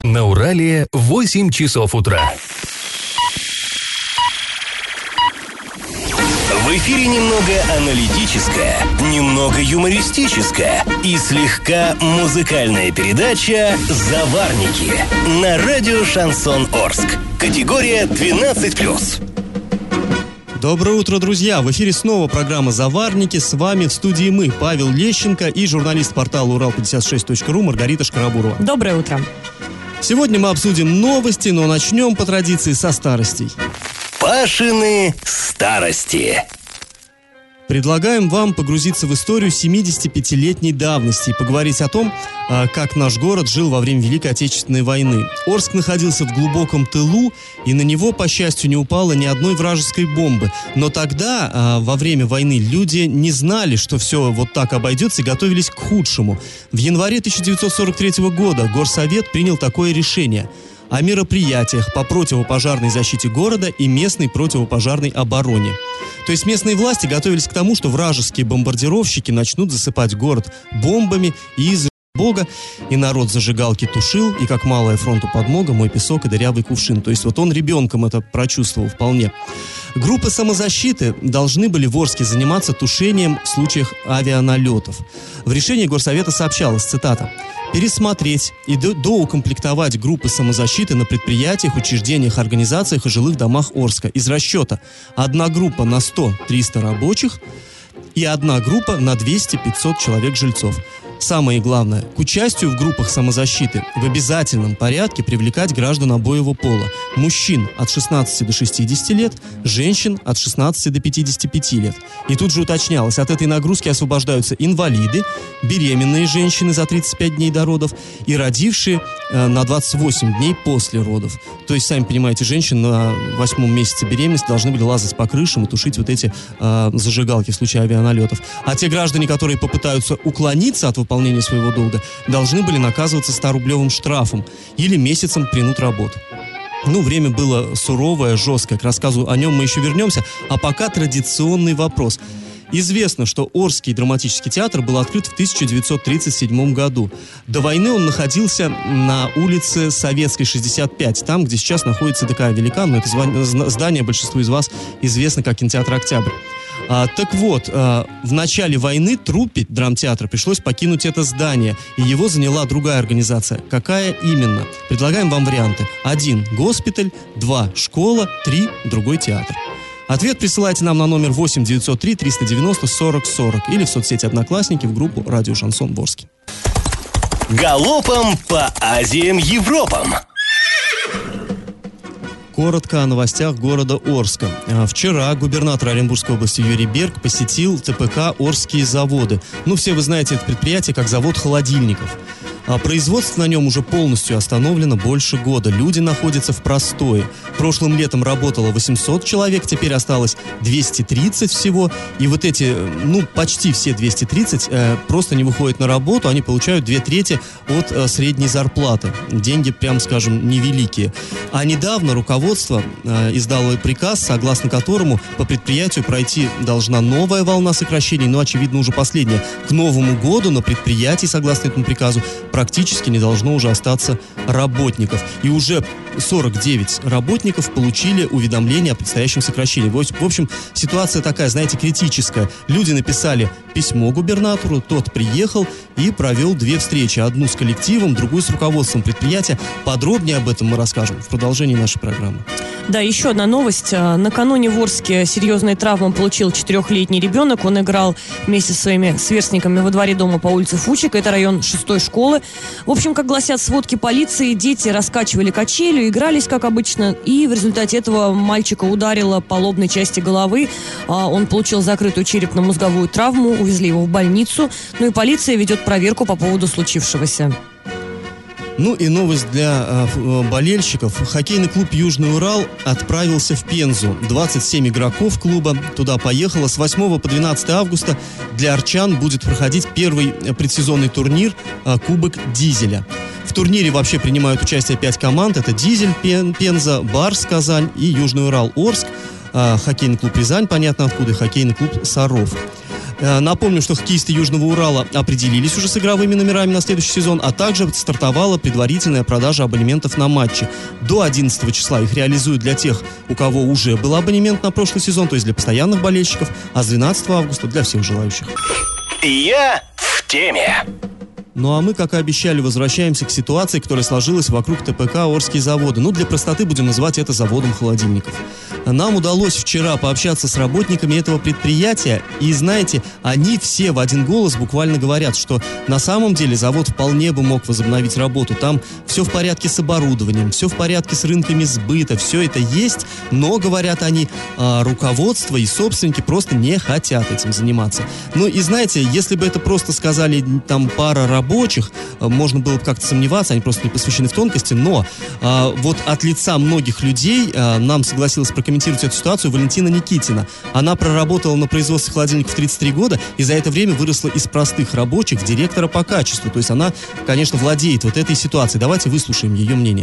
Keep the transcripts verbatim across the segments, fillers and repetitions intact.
На Урале восемь часов утра. В эфире немного аналитическая, немного юмористическая и слегка музыкальная передача «Заварники» на радио «Шансон Орск». Категория двенадцать плюс. Доброе утро, друзья! В эфире снова программа «Заварники». С вами в студии мы, Павел Лещенко и журналист портала урал пятьдесят шесть точка ру Маргарита Шкарабурова. Доброе утро! Сегодня мы обсудим новости, но начнем по традиции со старостей. Пашины старости. Предлагаем вам погрузиться в историю семидесятипятилетней давности и поговорить о том, как наш город жил во время Великой Отечественной войны. Орск находился в глубоком тылу, и на него, по счастью, не упало ни одной вражеской бомбы. Но тогда, во время войны, люди не знали, что все вот так обойдется, и готовились к худшему. В январе тысяча девятьсот сорок третьего года Горсовет принял такое решение о мероприятиях по противопожарной защите города и местной противопожарной обороне. То есть местные власти готовились к тому, что вражеские бомбардировщики начнут засыпать город бомбами, и из-за бога, и народ зажигалки тушил, и как малая фронту подмога, мой песок и дырявый кувшин. То есть вот он ребенком это прочувствовал вполне. Группы самозащиты должны были в Орске заниматься тушением в случаях авианалетов. В решении Горсовета сообщалось, цитата: «Пересмотреть и до- доукомплектовать группы самозащиты на предприятиях, учреждениях, организациях и жилых домах Орска из расчета одна группа на сто-триста рабочих и одна группа на двести-пятьсот человек жильцов. Самое главное, к участию в группах самозащиты в обязательном порядке привлекать граждан обоего пола. Мужчин от шестнадцати до шестидесяти лет, женщин от шестнадцати до пятидесяти пяти лет. И тут же уточнялось, от этой нагрузки освобождаются инвалиды, беременные женщины за тридцать пять дней до родов и родившие э, на двадцать восемь дней после родов. То есть, сами понимаете, женщины на восьмом месяце беременности должны были лазать по крышам и тушить вот эти э, зажигалки в случае авианалетов. А те граждане, которые попытаются уклониться от выполнения своего долга, должны были наказываться сто-рублевым штрафом или месяцем принуд работ. Ну, время было суровое, жесткое. К рассказу о нем мы еще вернемся. А пока традиционный вопрос. Известно, что Орский драматический театр был открыт в тысяча девятьсот тридцать седьмом году. До войны он находился на улице Советской, шестьдесят пять, там, где сейчас находится ДК «Великан», но это здание большинству из вас известно как кинотеатр «Октябрь». А, так вот, а, в начале войны труппе драмтеатра пришлось покинуть это здание, и его заняла другая организация. Какая именно? Предлагаем вам варианты. Один – госпиталь, два – школа, три – другой театр. Ответ присылайте нам на номер восемь девятьсот три триста девяносто сорок сорок или в соцсети «Одноклассники» в группу «Радио Шансон Орск». Галопом по Азиям Европам. Коротко о новостях города Орска. Вчера губернатор Оренбургской области Юрий Берг посетил ТПК «Орские заводы». Ну, все вы знаете это предприятие как завод холодильников. А производство на нем уже полностью остановлено больше года. Люди находятся в простое. Прошлым летом работало восемьсот человек, теперь осталось двести тридцать всего. И вот эти, ну, почти все двести тридцать э, просто не выходят на работу. Они получают две трети от э, средней зарплаты. Деньги, прям скажем, невеликие. А недавно руководство э, издало приказ, согласно которому по предприятию пройти должна новая волна сокращений, но, очевидно, уже последняя. К Новому году на предприятии, согласно этому приказу, практически не должно уже остаться работников. И уже сорок девять работников получили уведомление о предстоящем сокращении. В общем, ситуация такая, знаете, критическая. Люди написали письмо губернатору, тот приехал и провел две встречи. Одну с коллективом, другую с руководством предприятия. Подробнее об этом мы расскажем в продолжении нашей программы. Да, еще одна новость. Накануне в Орске серьезные травмы получил четырехлетний ребенок. Он играл вместе со своими сверстниками во дворе дома по улице Фучика. Это район шестой школы. В общем, как гласят сводки полиции, дети раскачивали качелю, игрались, как обычно, и в результате этого мальчика ударило по лобной части головы. Он получил закрытую черепно-мозговую травму, увезли его в больницу. Ну и полиция ведет проверку по поводу случившегося. Ну и новость для э, болельщиков. Хоккейный клуб «Южный Урал» отправился в Пензу. двадцать семь игроков клуба туда поехало. С восьмого по двенадцатое августа для арчан будет проходить первый предсезонный турнир э, «Кубок Дизеля». В турнире вообще принимают участие пять команд. Это «Дизель» Пен, Пенза, «Барс» Казань и «Южный Урал» Орск. Э, хоккейный клуб «Рязань», понятно откуда, и хоккейный клуб «Саров». Напомню, что хоккеисты Южного Урала определились уже с игровыми номерами на следующий сезон, а также стартовала предварительная продажа абонементов на матчи. До одиннадцатого числа их реализуют для тех, у кого уже был абонемент на прошлый сезон, то есть для постоянных болельщиков, а с двенадцатого августа для всех желающих. Я в теме. Ну а мы, как и обещали, возвращаемся к ситуации, которая сложилась вокруг ТПК «Орские заводы». Ну, для простоты будем называть это заводом холодильников. Нам удалось вчера пообщаться с работниками этого предприятия, и, знаете, они все в один голос буквально говорят, что на самом деле завод вполне бы мог возобновить работу. Там все в порядке с оборудованием, все в порядке с рынками сбыта, все это есть, но, говорят они, руководство и собственники просто не хотят этим заниматься. Ну и, знаете, если бы это просто сказали там пара рабочих, рабочих, можно было бы как-то сомневаться, они просто не посвящены в тонкости, но а, вот от лица многих людей а, нам согласилась прокомментировать эту ситуацию Валентина Никитина. Она проработала на производстве холодильников тридцать три года и за это время выросла из простых рабочих в директора по качеству. То есть она, конечно, владеет вот этой ситуацией. Давайте выслушаем ее мнение.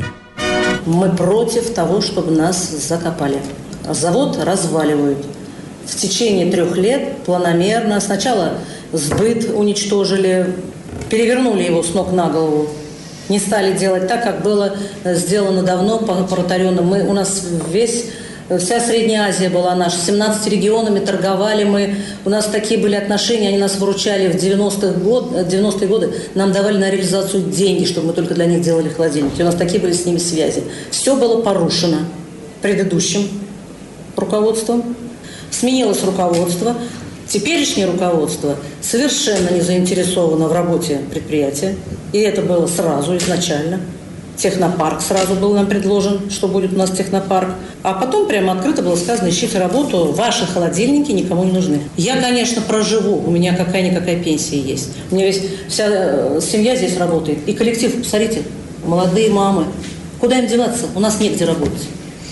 Мы против того, чтобы нас закопали. Завод разваливают. В течение трех лет планомерно сначала сбыт уничтожили, перевернули его с ног на голову. Не стали делать так, как было сделано давно по протаренным. Мы, у нас весь, вся Средняя Азия была наша. семнадцатью регионами торговали мы. У нас такие были отношения, они нас выручали в девяностых год, девяностые годы. Нам давали на реализацию деньги, чтобы мы только для них делали холодильники. У нас такие были с ними связи. Все было порушено предыдущим руководством. Сменилось руководство. Теперешнее руководство совершенно не заинтересовано в работе предприятия. И это было сразу, изначально. Технопарк сразу был нам предложен, что будет у нас технопарк. А потом прямо открыто было сказано: ищите работу, ваши холодильники никому не нужны. Я, конечно, проживу, у меня какая-никакая пенсия есть. У меня весь, вся семья здесь работает. И коллектив, посмотрите, молодые мамы. Куда им деваться? У нас негде работать.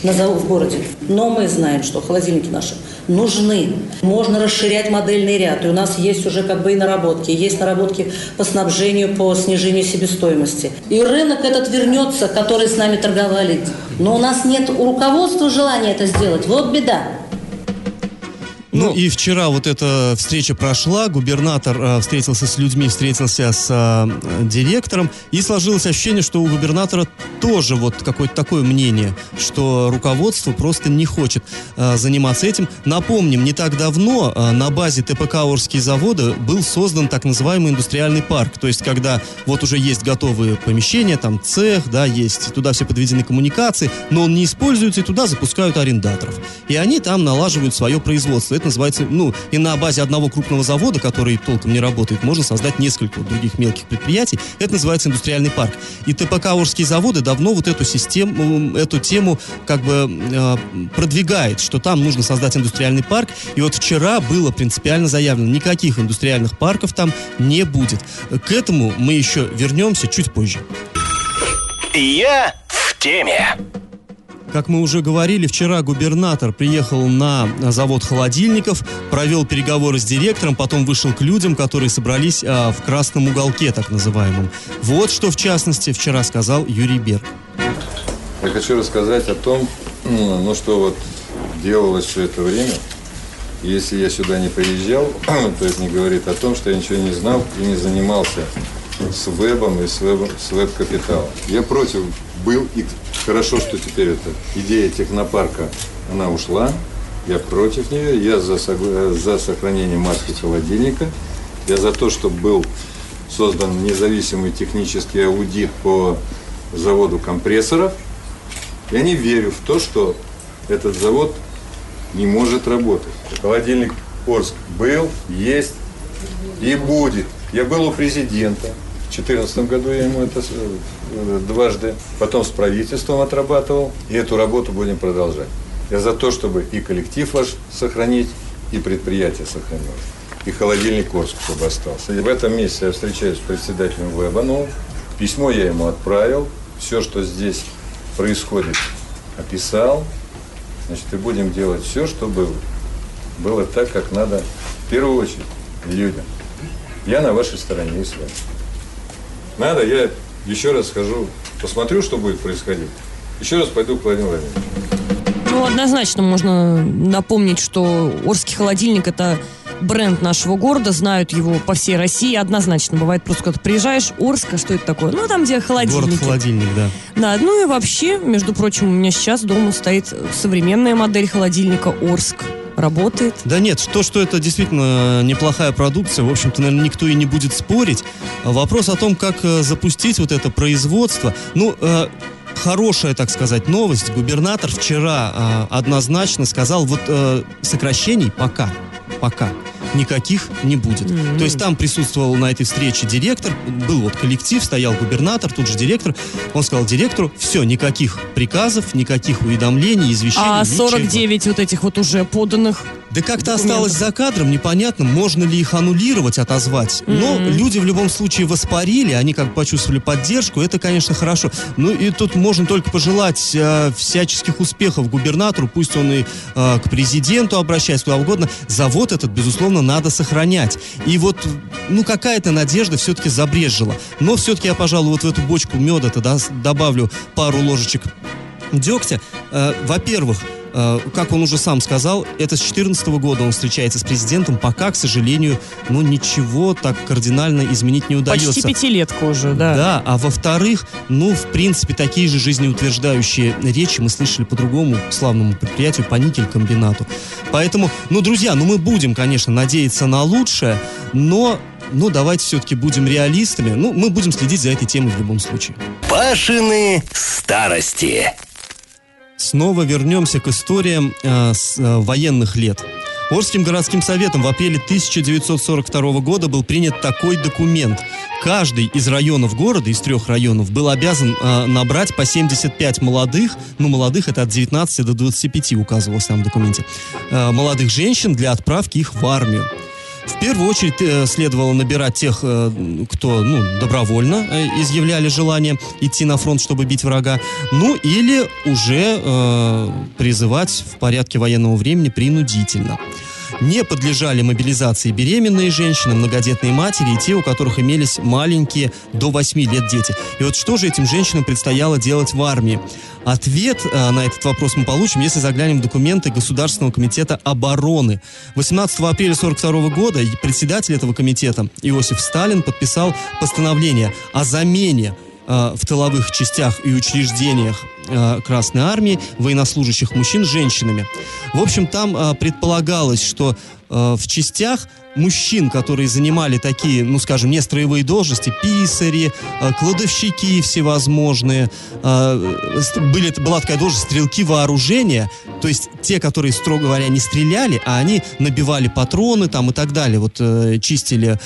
В городе. Но мы знаем, что холодильники наши нужны. Можно расширять модельный ряд. И у нас есть уже как бы и наработки. Есть наработки по снабжению, по снижению себестоимости. И рынок этот вернется, который с нами торговали. Но у нас нет у руководства желания это сделать. Вот беда. Ну и вчера вот эта встреча прошла, губернатор э, встретился с людьми, встретился с э, директором, и сложилось ощущение, что у губернатора тоже вот какое-то такое мнение, что руководство просто не хочет э, заниматься этим. Напомним, не так давно э, на базе ТПК «Орские заводы» был создан так называемый индустриальный парк, то есть когда вот уже есть готовые помещения, там цех, да, есть, туда все подведены коммуникации, но он не используется, и туда запускают арендаторов. И они там налаживают свое производство. Это называется, ну, и на базе одного крупного завода, который толком не работает, можно создать несколько других мелких предприятий. Это называется индустриальный парк. И ТПК «Орские заводы» давно вот эту систему, эту тему как бы э, продвигает, что там нужно создать индустриальный парк. И вот вчера было принципиально заявлено: никаких индустриальных парков там не будет. К этому мы еще вернемся чуть позже. Я в теме. Как мы уже говорили, вчера губернатор приехал на завод холодильников, провел переговоры с директором, потом вышел к людям, которые собрались а, в красном уголке, так называемом. Вот что, в частности, вчера сказал Юрий Берг. Я хочу рассказать о том, ну, что вот делалось все это время. Если я сюда не приезжал, то это не говорит о том, что я ничего не знал и не занимался с вебом и с, веб, с веб-капиталом. Я против был, и хорошо, что теперь эта идея технопарка, она ушла. Я против нее, я за, за сохранение марки холодильника. Я за то, чтобы был создан независимый технический аудит по заводу компрессоров. Я не верю в то, что этот завод не может работать. Холодильник Орск был, есть и будет. Я был у президента. В две тысячи четырнадцатом году я ему это дважды, потом с правительством отрабатывал, и эту работу будем продолжать. Я за то, чтобы и коллектив ваш сохранить, и предприятие сохранилось, и холодильник Орск, чтобы остался. И в этом месяце я встречаюсь с председателем ВЭБа, ну, письмо я ему отправил, все, что здесь происходит, описал, значит, и будем делать все, чтобы было так, как надо, в первую очередь, людям. Я на вашей стороне и с вами. Надо, я еще раз схожу, посмотрю, что будет происходить. Еще раз пойду к Владимиру Владимировичу. Ну, однозначно можно напомнить, что Орский холодильник – это бренд нашего города, знают его по всей России однозначно. Бывает просто, когда приезжаешь, Орск, а что это такое? Ну, там, где холодильники. Город-холодильник, да. Да, ну и вообще, между прочим, у меня сейчас дома стоит современная модель холодильника Орск. Работает. Да нет, то, что это действительно неплохая продукция, в общем-то, наверное, никто и не будет спорить. Вопрос о том, как запустить вот это производство. Ну, э, хорошая, так сказать, новость. Губернатор вчера э, однозначно сказал, вот э, сокращений пока, пока никаких не будет. Mm-hmm. То есть там присутствовал на этой встрече директор, был вот коллектив, стоял губернатор, тут же директор. Он сказал директору, все, никаких приказов, никаких уведомлений, извещений, А ничего. сорок девять вот этих вот уже поданных Да как-то документов. Осталось за кадром, непонятно, можно ли их аннулировать, отозвать. Mm-hmm. Но люди в любом случае воспарили, они как бы почувствовали поддержку, это, конечно, хорошо. Ну и тут можно только пожелать э, всяческих успехов губернатору, пусть он и э, к президенту обращается, куда угодно. Завод этот, безусловно, надо сохранять. И вот, ну, какая-то надежда все-таки забрезжила. Но все-таки я, пожалуй, вот в эту бочку меда-то да, добавлю пару ложечек дегтя. Э, во-первых, как он уже сам сказал, это с две тысячи четырнадцатого года он встречается с президентом, пока, к сожалению, ну, ничего так кардинально изменить не удается. Почти пятилетка уже, да. Да, а во-вторых, ну, в принципе, такие же жизнеутверждающие речи мы слышали по другому славному предприятию, по никель-комбинату. Поэтому, ну, друзья, ну, мы будем, конечно, надеяться на лучшее, но... Ну, давайте все-таки будем реалистами. Ну, мы будем следить за этой темой в любом случае. Пашины старости. Снова вернемся к историям э, с, э, военных лет. Орским городским советом в апреле тысяча девятьсот сорок второго года был принят такой документ. Каждый из районов города, из трех районов, был обязан э, набрать по семьдесят пять молодых, ну, молодых это от девятнадцати до двадцати пяти указывалось там в документе, э, молодых женщин для отправки их в армию. В первую очередь э, следовало набирать тех, э, кто ну, добровольно э, изъявляли желание идти на фронт, чтобы бить врага, ну или уже э, призывать в порядке военного времени принудительно. Не подлежали мобилизации беременные женщины, многодетные матери и те, у которых имелись маленькие до восьми лет дети. И вот что же этим женщинам предстояло делать в армии? Ответ а, на этот вопрос мы получим, если заглянем в документы Государственного комитета обороны. восемнадцатого апреля сорок второго года председатель этого комитета Иосиф Сталин подписал постановление о замене а, в тыловых частях и учреждениях а, Красной Армии военнослужащих мужчин женщинами. В общем, там а, предполагалось, что а, в частях мужчин, которые занимали такие, ну, скажем, нестроевые должности, писари, э, кладовщики всевозможные, э, были, была такая должность стрелки вооружения, то есть те, которые, строго говоря, не стреляли, а они набивали патроны там и так далее, вот, э, чистили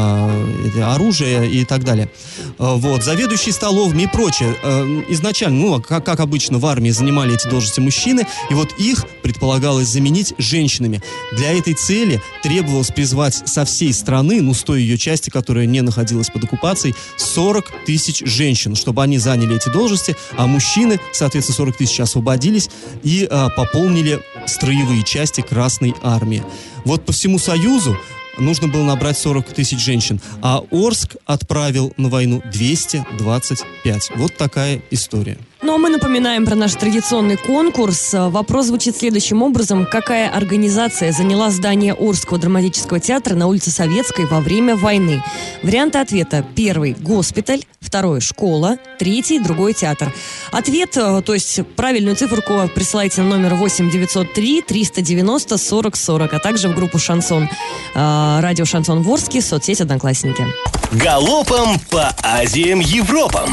э, оружие и так далее. Э, вот, заведующие столовыми и прочее. Э, изначально, ну, как, как обычно в армии занимали эти должности мужчины, и вот их предполагалось заменить женщинами. Для этой цели требовалось призвать со всей страны, ну, с той ее части, которая не находилась под оккупацией, сорок тысяч женщин, чтобы они заняли эти должности, а мужчины, соответственно, сорок тысяч освободились и а, пополнили строевые части Красной Армии. Вот по всему Союзу нужно было набрать сорок тысяч женщин, а Орск отправил на войну двести двадцать пять. Вот такая история. Ну, а мы напоминаем про наш традиционный конкурс. Вопрос звучит следующим образом. Какая организация заняла здание Орского драматического театра на улице Советской во время войны? Варианты ответа. Первый – госпиталь, второй – школа, третий – другой театр. Ответ, то есть правильную циферку присылайте на номер восемь девятьсот три триста девяносто сорок сорок, а также в группу «Шансон». Радио «Шансон» в Орске, соцсеть «Одноклассники». Галопом по Азиям Европам.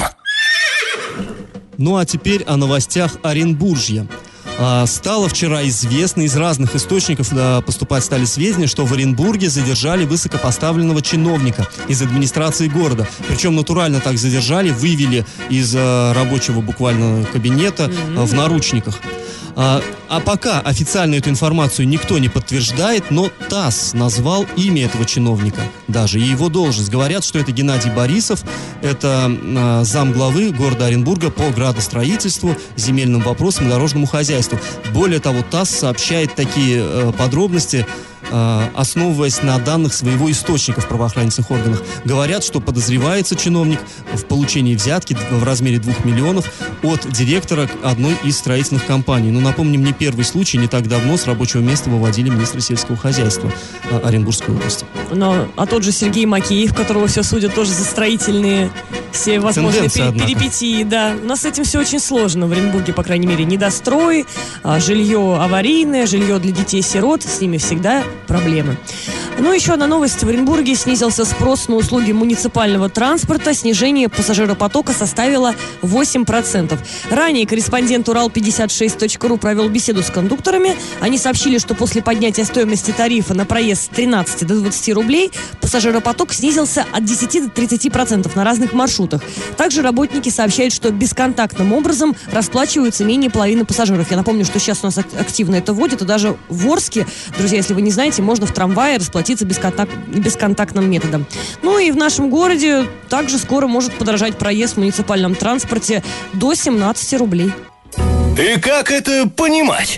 Ну а теперь о новостях Оренбуржья. А, стало вчера известно, из разных источников а, поступать стали сведения, что в Оренбурге задержали высокопоставленного чиновника из администрации города. Причем натурально так задержали, вывели из а, рабочего буквально кабинета а, в наручниках. А, а пока официально эту информацию никто не подтверждает, но ТАСС назвал имя этого чиновника, даже и его должность. Говорят, что это Геннадий Борисов, это а, замглавы города Оренбурга по градостроительству, земельным вопросам и дорожному хозяйству. Более того, ТАСС сообщает такие а, подробности, э, основываясь на данных своего источника в правоохранительных органах, говорят, что подозревается чиновник в получении взятки в размере двух миллионов от директора одной из строительных компаний. Ну, напомним, не первый случай, не так давно с рабочего места выводили министра сельского хозяйства э, Оренбургской области. Но, а тот же Сергей Макеев, которого все судят тоже за строительные все возможные Тенденция, пер- перипетии, да. У нас с этим все очень сложно в Оренбурге, по крайней мере, недострой, а, жилье аварийное, жилье для детей-сирот, с ними всегда проблемы. Ну, еще одна новость. В Оренбурге снизился спрос на услуги муниципального транспорта. Снижение пассажиропотока составило восемь процентов. Ранее корреспондент Урал пятьдесят шесть точка ру провел беседу с кондукторами. Они сообщили, что после поднятия стоимости тарифа на проезд с тринадцати до двадцати рублей пассажиропоток снизился от десяти до тридцати процентов на разных маршрутах. Также работники сообщают, что бесконтактным образом расплачиваются менее половины пассажиров. Я напомню, что сейчас у нас активно это вводят, и даже в Орске, друзья, если вы не знаете, можно в трамвае расплатиться бесконтак... бесконтактным методом. Ну и в нашем городе также скоро может подорожать проезд в муниципальном транспорте до семнадцати рублей. И как это понимать?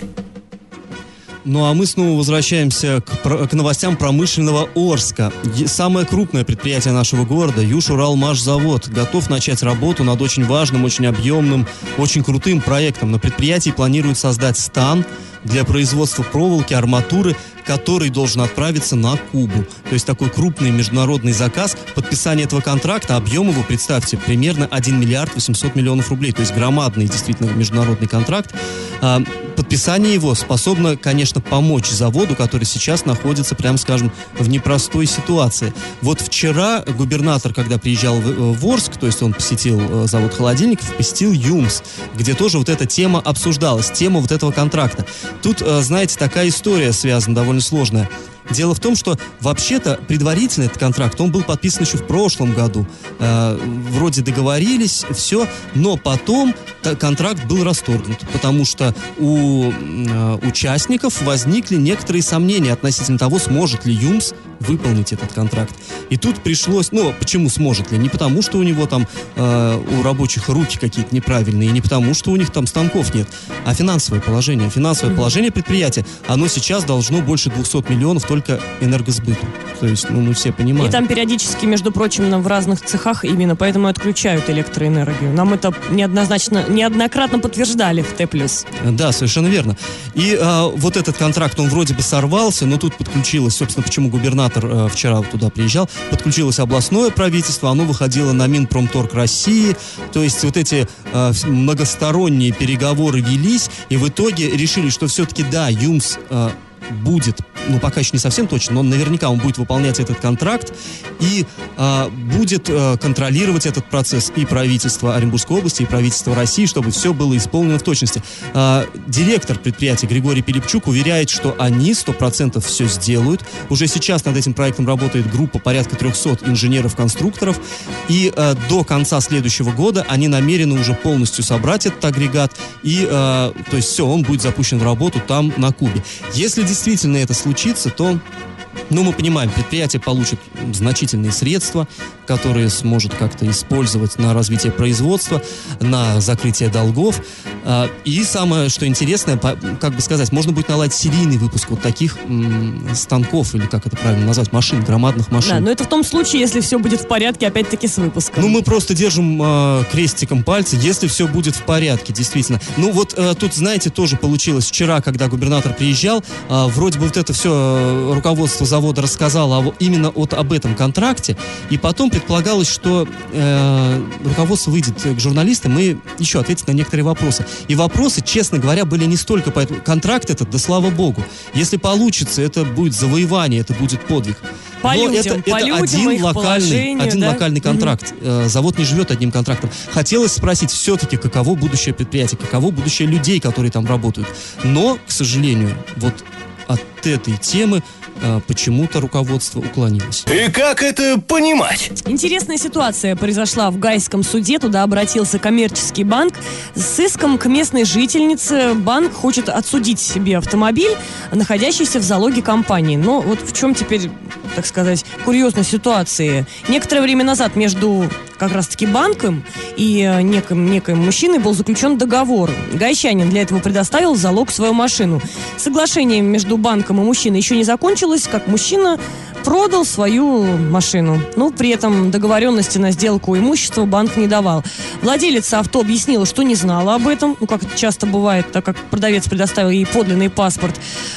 Ну а мы снова возвращаемся к, к новостям промышленного Орска. Самое крупное предприятие нашего города, Южуралмашзавод, готов начать работу над очень важным, очень объемным, очень крутым проектом. На предприятии планируют создать стан для производства проволоки, арматуры, который должен отправиться на Кубу. То есть такой крупный международный заказ. Подписание этого контракта, объем его, представьте, примерно один миллиард восемьсот миллионов рублей. То есть громадный действительно международный контракт. Подписание его способно, конечно, помочь заводу, который сейчас находится, прям скажем, в непростой ситуации. Вот вчера губернатор, когда приезжал в, в Орск, то есть он посетил завод холодильников, посетил ЮМС, где тоже вот эта тема обсуждалась, тема вот этого контракта. Тут, знаете, такая история связана довольно сложная. Дело в том, что вообще-то предварительно этот контракт, он был подписан еще в прошлом году. Э, вроде договорились, все, но потом контракт был расторгнут, потому что у э, участников возникли некоторые сомнения относительно того, сможет ли ЮМС выполнить этот контракт. И тут пришлось, ну, почему сможет ли? Не потому, что у него там, э, у рабочих руки какие-то неправильные, не потому, что у них там станков нет, а финансовое положение. Финансовое mm-hmm. положение предприятия, оно сейчас должно больше двухсот миллионов только энергосбыту. То есть, ну, мы все понимаем. И там периодически, между прочим, в разных цехах именно поэтому отключают электроэнергию. Нам это неоднозначно, неоднократно подтверждали в Т+. Да, совершенно верно. И а, вот этот контракт, он вроде бы сорвался, но тут подключилось, собственно, почему губернатор а, вчера туда приезжал, подключилось областное правительство, оно выходило на Минпромторг России, то есть вот эти а, многосторонние переговоры велись, и в итоге решили, что все-таки, да, ЮМС а, будет, ну, пока еще не совсем точно, но наверняка он будет выполнять этот контракт и а, будет а, контролировать этот процесс и правительство Оренбургской области, и правительство России, чтобы все было исполнено в точности. А, директор предприятия Григорий Пилипчук уверяет, что они сто процентов все сделают. Уже сейчас над этим проектом работает группа порядка трехсот инженеров-конструкторов, и а, до конца следующего года они намерены уже полностью собрать этот агрегат, и, а, то есть все, он будет запущен в работу там, на Кубе. Если действительно это случится, то, ну, мы понимаем, предприятие получит значительные средства, которые сможет как-то использовать на развитие производства, на закрытие долгов. И самое, что интересное, как бы сказать, можно будет наладить серийный выпуск вот таких м- станков, или как это правильно назвать, машин, громадных машин. Да, но это в том случае, если все будет в порядке, опять-таки, с выпуском. Ну, мы просто держим э, крестиком пальцы, если все будет в порядке, действительно. Ну, вот э, тут, знаете, тоже получилось вчера, когда губернатор приезжал, э, вроде бы вот это все э, руководство завода рассказало о, именно от, об этом контракте, и потом предполагалось, что э, руководство выйдет к журналистам и еще ответит на некоторые вопросы. И вопросы, честно говоря, были не столько по этому. Контракт этот, да слава богу. Если получится, это будет завоевание, это будет подвиг. По Но людям, это, по это людям, один локальный, один да? локальный контракт. Mm-hmm. Завод не живет одним контрактом. Хотелось спросить все-таки, каково будущее предприятия, каково будущее людей, которые там работают. Но, к сожалению, вот от этой темы э, почему-то руководство уклонилось. И как это понимать? Интересная ситуация произошла в Гайском суде. Туда обратился коммерческий банк с иском к местной жительнице. Банк хочет отсудить себе автомобиль, находящийся в залоге компании. Но вот в чем теперь, так сказать, курьезность ситуации. Некоторое время назад между как раз-таки банком и неким, неким мужчиной был заключен договор. Гайчанин для этого предоставил в залог свою машину. Соглашение между банком и мужчиной еще не закончилось, как мужчина продал свою машину. Но при этом договоренности на сделку имущества банк не давал. Владелица авто объяснила, что не знала об этом, ну, как это часто бывает, так как продавец предоставил ей подлинный паспорт.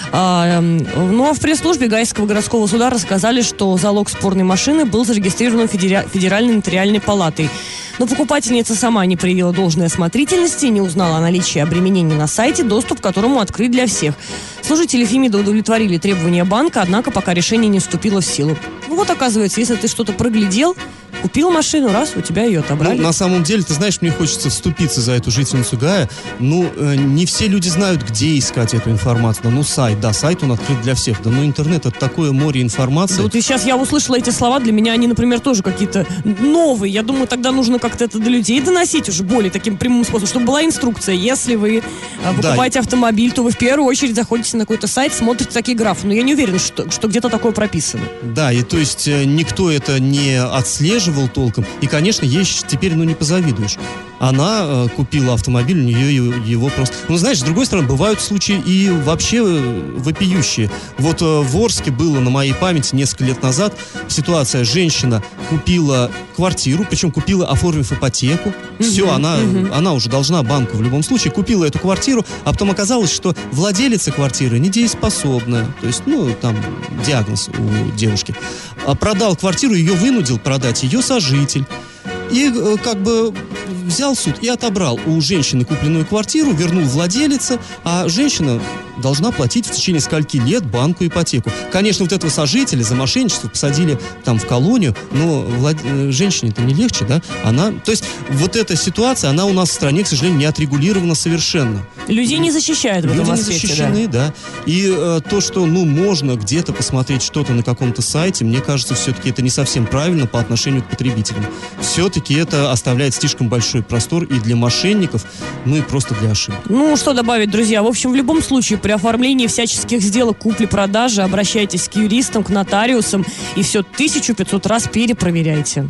А, ну, а в пресс-службе Гайского городского суда рассказали, что залог спорной машины был зарегистрирован Федера- Федеральной нотариальной палатой. Но покупательница сама не проявила должной осмотрительности, не узнала о наличии обременений на сайте, доступ к которому открыт для всех. Служители Фемида удовлетворили требования банка, однако пока решение не вступило в силу. Ну вот, оказывается, если ты что-то проглядел, купил машину, раз, у тебя ее отобрали. Ну, на самом деле, ты знаешь, мне хочется вступиться за эту жительницу Гая. Ну, э, не все люди знают, где искать эту информацию. Да, ну, сайт, да, сайт, он открыт для всех. Да, ну, интернет — это такое море информации. Да вот и сейчас я услышала эти слова, для меня они, например, тоже какие-то новые. Я думаю, тогда нужно как-то это до людей доносить уже более таким прямым способом, чтобы была инструкция. Если вы э, покупаете да. автомобиль, то вы в первую очередь заходите на какой-то сайт, смотрите такие графы. Но я не уверен, что, что где-то такое прописано. Да, и то есть э, никто это не отслеживал толком. И, конечно, ей теперь, ну, не позавидуешь. Она э, купила автомобиль, у нее его просто... Ну, знаешь, с другой стороны, бывают случаи и вообще э, вопиющие. Вот э, в Орске было на моей памяти несколько лет назад ситуация. Женщина купила квартиру, причем купила, оформив ипотеку. Mm-hmm. Все, она, mm-hmm. она уже должна банку в любом случае. Купила эту квартиру, а потом оказалось, что владелица квартиры недееспособная. То есть, ну, там диагноз у девушки. А продал квартиру, ее вынудил продать ее сожитель. И э, как бы взял суд и отобрал у женщины купленную квартиру, вернул владелице, а женщина должна платить в течение скольки лет банку ипотеку. Конечно, вот этого сожителя за мошенничество посадили там в колонию, но влад... женщине-то не легче, да? Она... То есть вот эта ситуация, она у нас в стране, к сожалению, не отрегулирована совершенно. Людей не защищают в этом Люди аспекте, не защищены, да. да. И э, то, что, ну, можно где-то посмотреть что-то на каком-то сайте, мне кажется, все-таки это не совсем правильно по отношению к потребителям. Все-таки это оставляет слишком большой простор и для мошенников, ну и просто для ошибок. Ну, что добавить, друзья? В общем, в любом случае, при оформлении всяческих сделок купли-продажи обращайтесь к юристам, к нотариусам и все тысячу пятьсот раз перепроверяйте.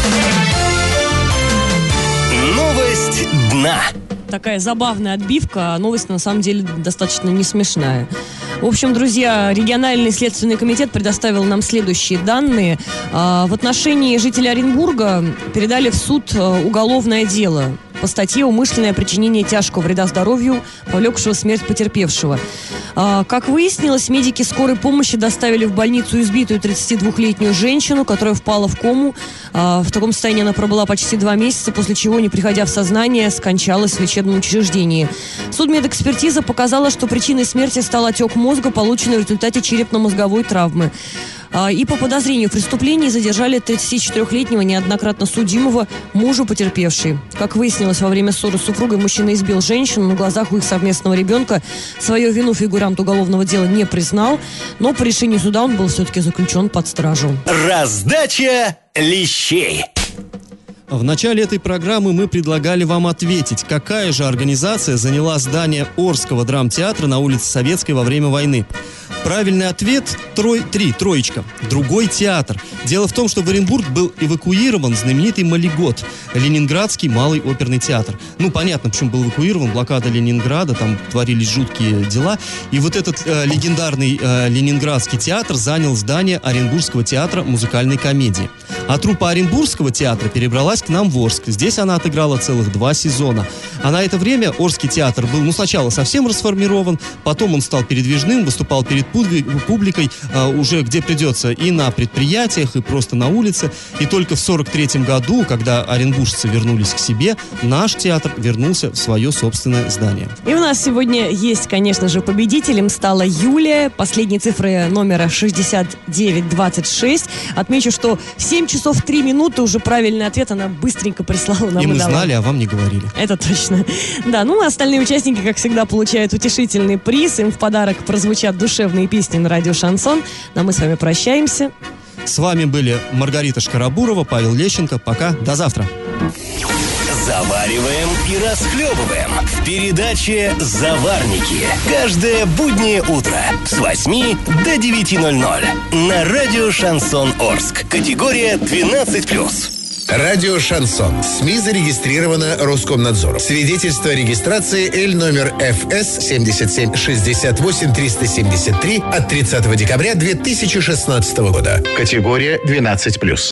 Новость дна. Такая забавная отбивка, а новость на самом деле достаточно не смешная. В общем, друзья, региональный следственный комитет предоставил нам следующие данные. В отношении жителя Оренбурга передали в суд уголовное дело по статье «Умышленное причинение тяжкого вреда здоровью, повлекшего смерть потерпевшего». Как выяснилось, медики скорой помощи доставили в больницу избитую тридцатидвухлетнюю женщину, которая впала в кому. В таком состоянии она пробыла почти два месяца, после чего, не приходя в сознание, скончалась в лечебном учреждении. Судмедэкспертиза показала, что причиной смерти стал отек мозга, полученный в результате черепно-мозговой травмы. И по подозрению в преступлении задержали тридцатичетырёхлетнего неоднократно судимого мужа потерпевшей. Как выяснилось, во время ссоры с супругой мужчина избил женщину. На глазах у их совместного ребенка свою вину фигурант уголовного дела не признал, но по решению суда он был все-таки заключен под стражу. Раздача лещей. В начале этой программы мы предлагали вам ответить, какая же организация заняла здание Орского драмтеатра на улице Советской во время войны. Правильный ответ трой, три, троечка. Другой театр. Дело в том, что в Оренбург был эвакуирован знаменитый Малигот, Ленинградский малый оперный театр. Ну, понятно, почему был эвакуирован. Блокада Ленинграда, там творились жуткие дела. И вот этот э, легендарный э, Ленинградский театр занял здание Оренбургского театра музыкальной комедии. А труппа Оренбургского театра перебралась к нам в Орск. Здесь она отыграла целых два сезона. А на это время Орский театр был, ну, сначала совсем расформирован, потом он стал передвижным, выступал перед публикой а, уже где придется, и на предприятиях, и просто на улице. И только в сорок третьем году, когда оренбуржцы вернулись к себе, наш театр вернулся в свое собственное здание. И у нас сегодня есть, конечно же, победителем стала Юлия. Последние цифры номера шестьдесят девять двадцать шесть. Отмечу, что в семь часов три минуты уже правильный ответ она быстренько прислала нам. И мы и знали, а вам не говорили. Это точно. Да, ну а остальные участники, как всегда, получают утешительный приз. Им в подарок прозвучат душевные песни на радио «Шансон». Ну а мы с вами прощаемся. С вами были Маргарита Шкарабурова, Павел Лещенко. Пока, до завтра. Завариваем и расхлебываем в передаче «Заварники». Каждое буднее утро с восьми до девяти ноль ноль на радио «Шансон Орск». Категория двенадцать плюс. Радио «Шансон». СМИ зарегистрировано Роскомнадзором. Свидетельство о регистрации Л номер Ф С семьдесят семь шестьдесят восемь триста семьдесят три от тридцатого декабря две тысячи шестнадцатого года. Категория двенадцать плюс.